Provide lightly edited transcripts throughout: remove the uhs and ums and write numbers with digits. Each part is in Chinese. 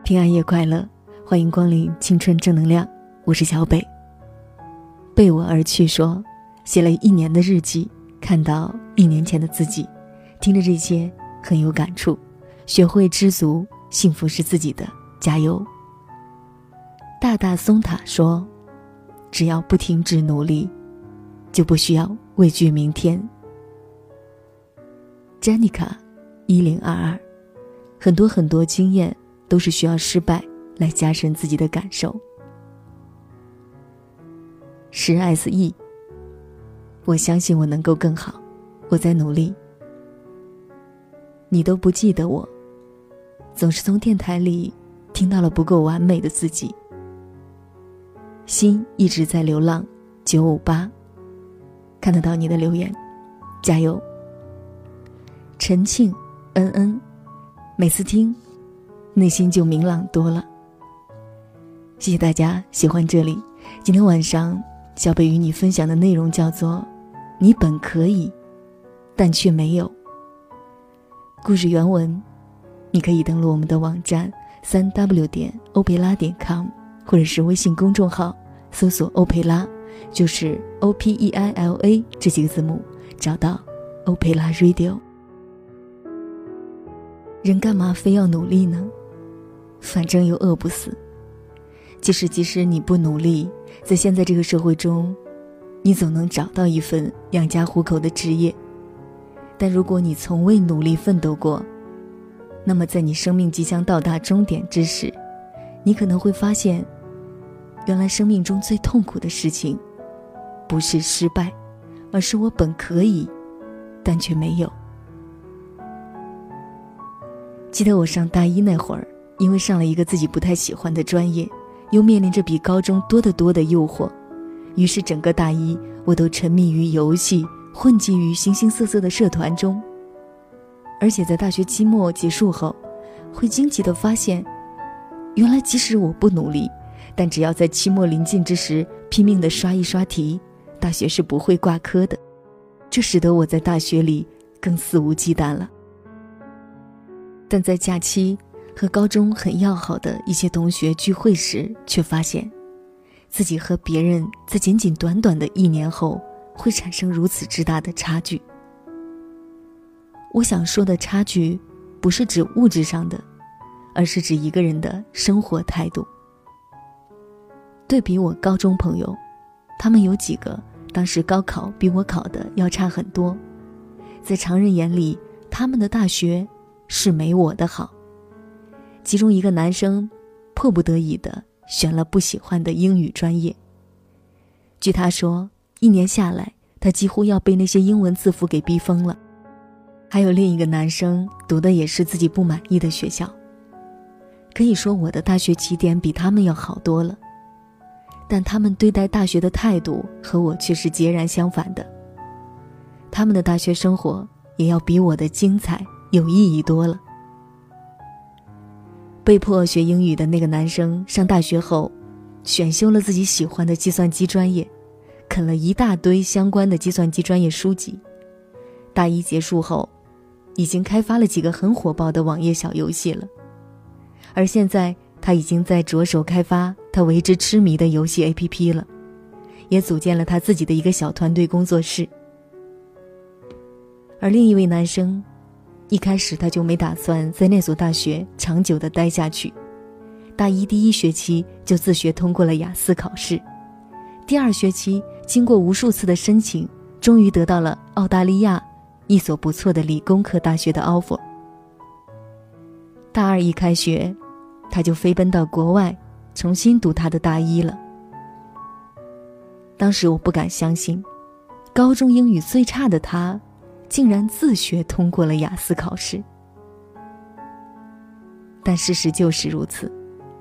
平安夜快乐，欢迎光临青春正能量，我是小北。背我而去说，写了1年的日记，看到1年前的自己，听着这些很有感触，学会知足，幸福是自己的，加油。大大松塔说，只要不停止努力，就不需要畏惧明天。Janica1022，很多经验都是需要失败来加深自己的感受。10SE， 我相信我能够更好，我在努力。你都不记得我，总是从电台里听到了不够完美的自己。心一直在流浪958，看得到你的留言，加油。陈庆恩，每次听内心就明朗多了。谢谢大家喜欢这里。今天晚上小北与你分享的内容叫做你本可以但却没有。故事原文你可以登录我们的网站 3w.opela.com 或者是微信公众号搜索欧佩拉，就是 OPEILA 这几个字母，找到欧佩拉 Radio。 人干嘛非要努力呢？反正又饿不死。即使你不努力，在现在这个社会中，你总能找到一份养家糊口的职业。但如果你从未努力奋斗过，那么在你生命即将到达终点之时，你可能会发现，原来生命中最痛苦的事情不是失败，而是我本可以但却没有。记得我上大一那会儿，因为上了一个自己不太喜欢的专业，又面临着比高中多得多的诱惑，于是整个大一我都沉迷于游戏，混迹于形形色色的社团中。而且在大学期末结束后，会惊奇地发现，原来即使我不努力，但只要在期末临近之时拼命地刷一刷题，大学是不会挂科的。这使得我在大学里更肆无忌惮了。但在假期和高中很要好的一些同学聚会时，却发现自己和别人在仅仅短短的1年后会产生如此之大的差距。我想说的差距不是指物质上的，而是指一个人的生活态度。对比我高中朋友，他们有几个当时高考比我考的要差很多，在常人眼里，他们的大学是没我的好。其中一个男生迫不得已地选了不喜欢的英语专业。据他说，1年下来，他几乎要被那些英文字符给逼疯了。还有另一个男生读的也是自己不满意的学校。可以说我的大学起点比他们要好多了，但他们对待大学的态度和我却是截然相反的。他们的大学生活也要比我的精彩有意义多了。被迫学英语的那个男生上大学后，选修了自己喜欢的计算机专业，啃了一大堆相关的计算机专业书籍。大一结束后，已经开发了几个很火爆的网页小游戏了。而现在他已经在着手开发他为之痴迷的游戏 APP 了，也组建了他自己的一个小团队工作室。而另一位男生，一开始他就没打算在那所大学长久地待下去。大一第1学期就自学通过了雅思考试，第2学期经过无数次的申请，终于得到了澳大利亚一所不错的理工科大学的 offer。 大2一开学，他就飞奔到国外重新读他的大一了。当时我不敢相信，高中英语最差的他竟然自学通过了雅思考试。但事实就是如此。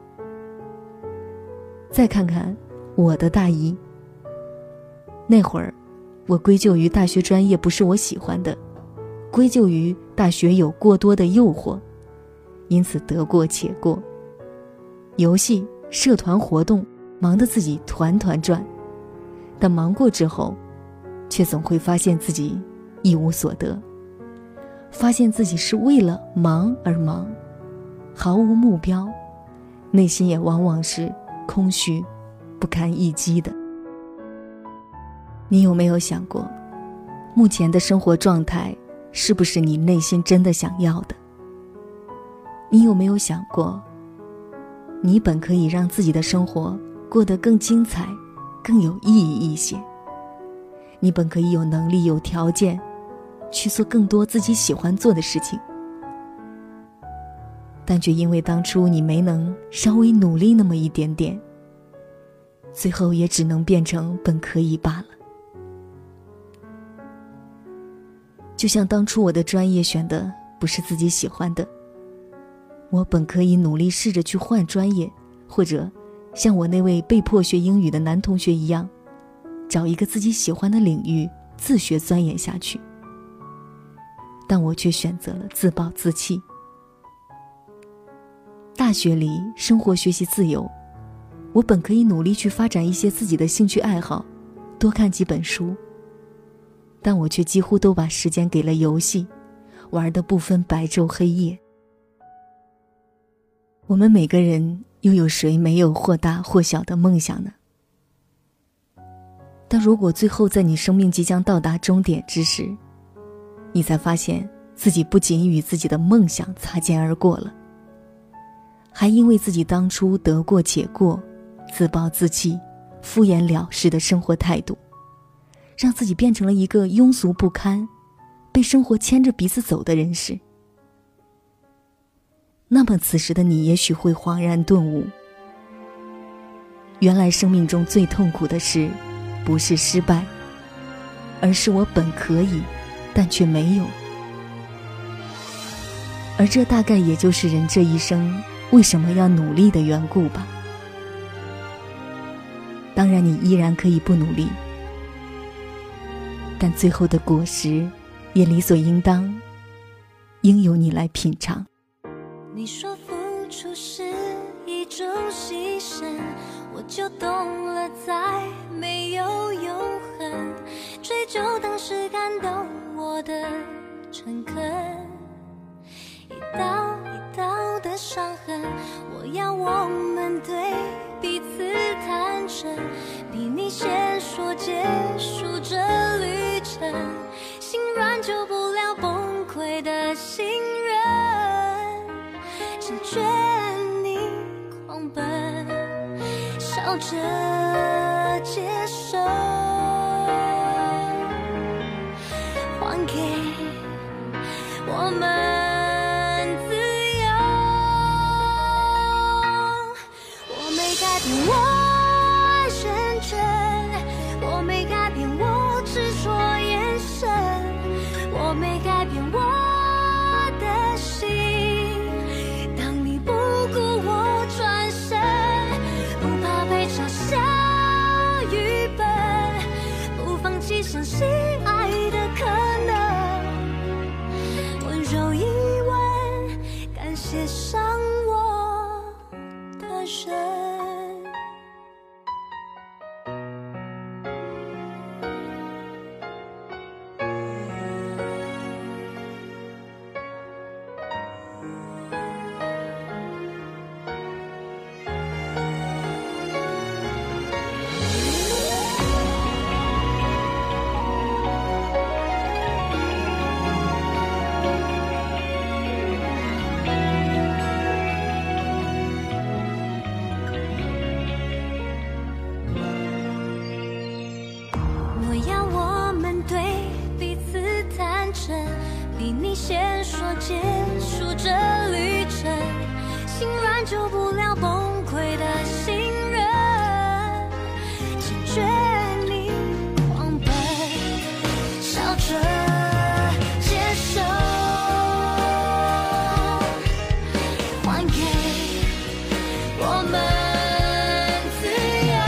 再看看我的大一，那会儿我归咎于大学专业不是我喜欢的，归咎于大学有过多的诱惑，因此得过且过。游戏、社团活动忙得自己团团转，但忙过之后，却总会发现自己一无所得，发现自己是为了忙而忙，毫无目标， 内心也往往是空虚不堪一击的。你有没有想过，目前的生活状态是不是你内心真的想要的？你有没有想过，你本可以让自己的生活过得更精彩更有意义一些，你本可以有能力有条件去做更多自己喜欢做的事情，但却因为当初你没能稍微努力那么一点点，最后也只能变成本可以罢了。就像当初我的专业选的不是自己喜欢的，我本可以努力试着去换专业，或者像我那位被迫学英语的男同学一样，找一个自己喜欢的领域自学钻研下去，但我却选择了自暴自弃。大学里生活学习自由，我本可以努力去发展一些自己的兴趣爱好，多看几本书，但我却几乎都把时间给了游戏，玩得不分白昼黑夜。我们每个人又有谁没有或大或小的梦想呢？但如果最后在你生命即将到达终点之时，你才发现自己不仅与自己的梦想擦肩而过了，还因为自己当初得过且过、自暴自弃、敷衍了事的生活态度，让自己变成了一个庸俗不堪、被生活牵着鼻子走的人士。那么此时的你也许会恍然顿悟，原来生命中最痛苦的事不是失败，而是我本可以但却没有。而这大概也就是人这一生为什么要努力的缘故吧。当然你依然可以不努力，但最后的果实也理所应当应由你来品尝。 你说付出是一种牺牲，我就懂了，再没有永恒，追究当时感动我的诚恳，一道一道的伤痕，我要我们对彼此坦诚，比你先说结束这旅程，心软救不了崩溃的信任，拒绝你狂奔，笑着接受，还给我们自由。我没改变我爱深沉，我没改变我执着眼神，我没改变我的心，当你不顾我转身，不怕被嘲笑愚笨，不放弃相信爱的可能，温柔一吻，感谢伤我的人。比你先说结束这旅程，心软救不了崩溃的信任，拒绝你狂奔，笑着接受，还给我们自由。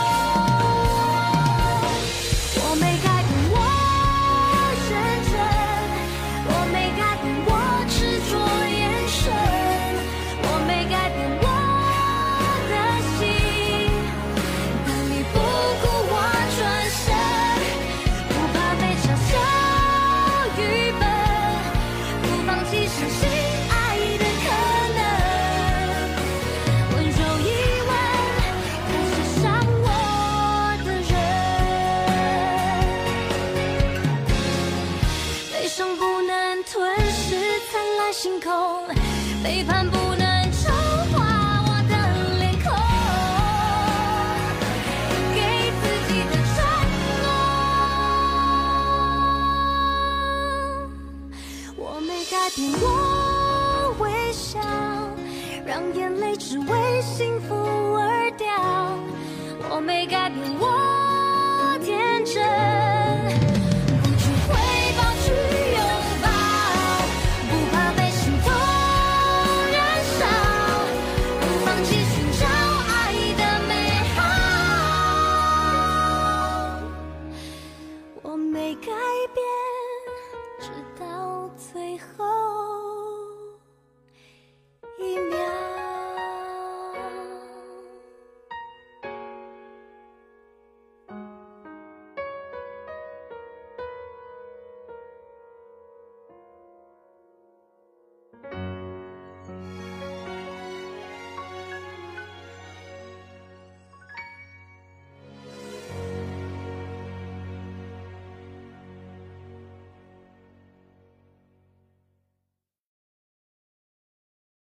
我没改变我深沉，我没改变我执着眼神，我没改变我星空，背叛不能丑化我的脸孔，给自己的承诺。我没改变，我微笑，让眼泪只为幸福而掉。我没改变，我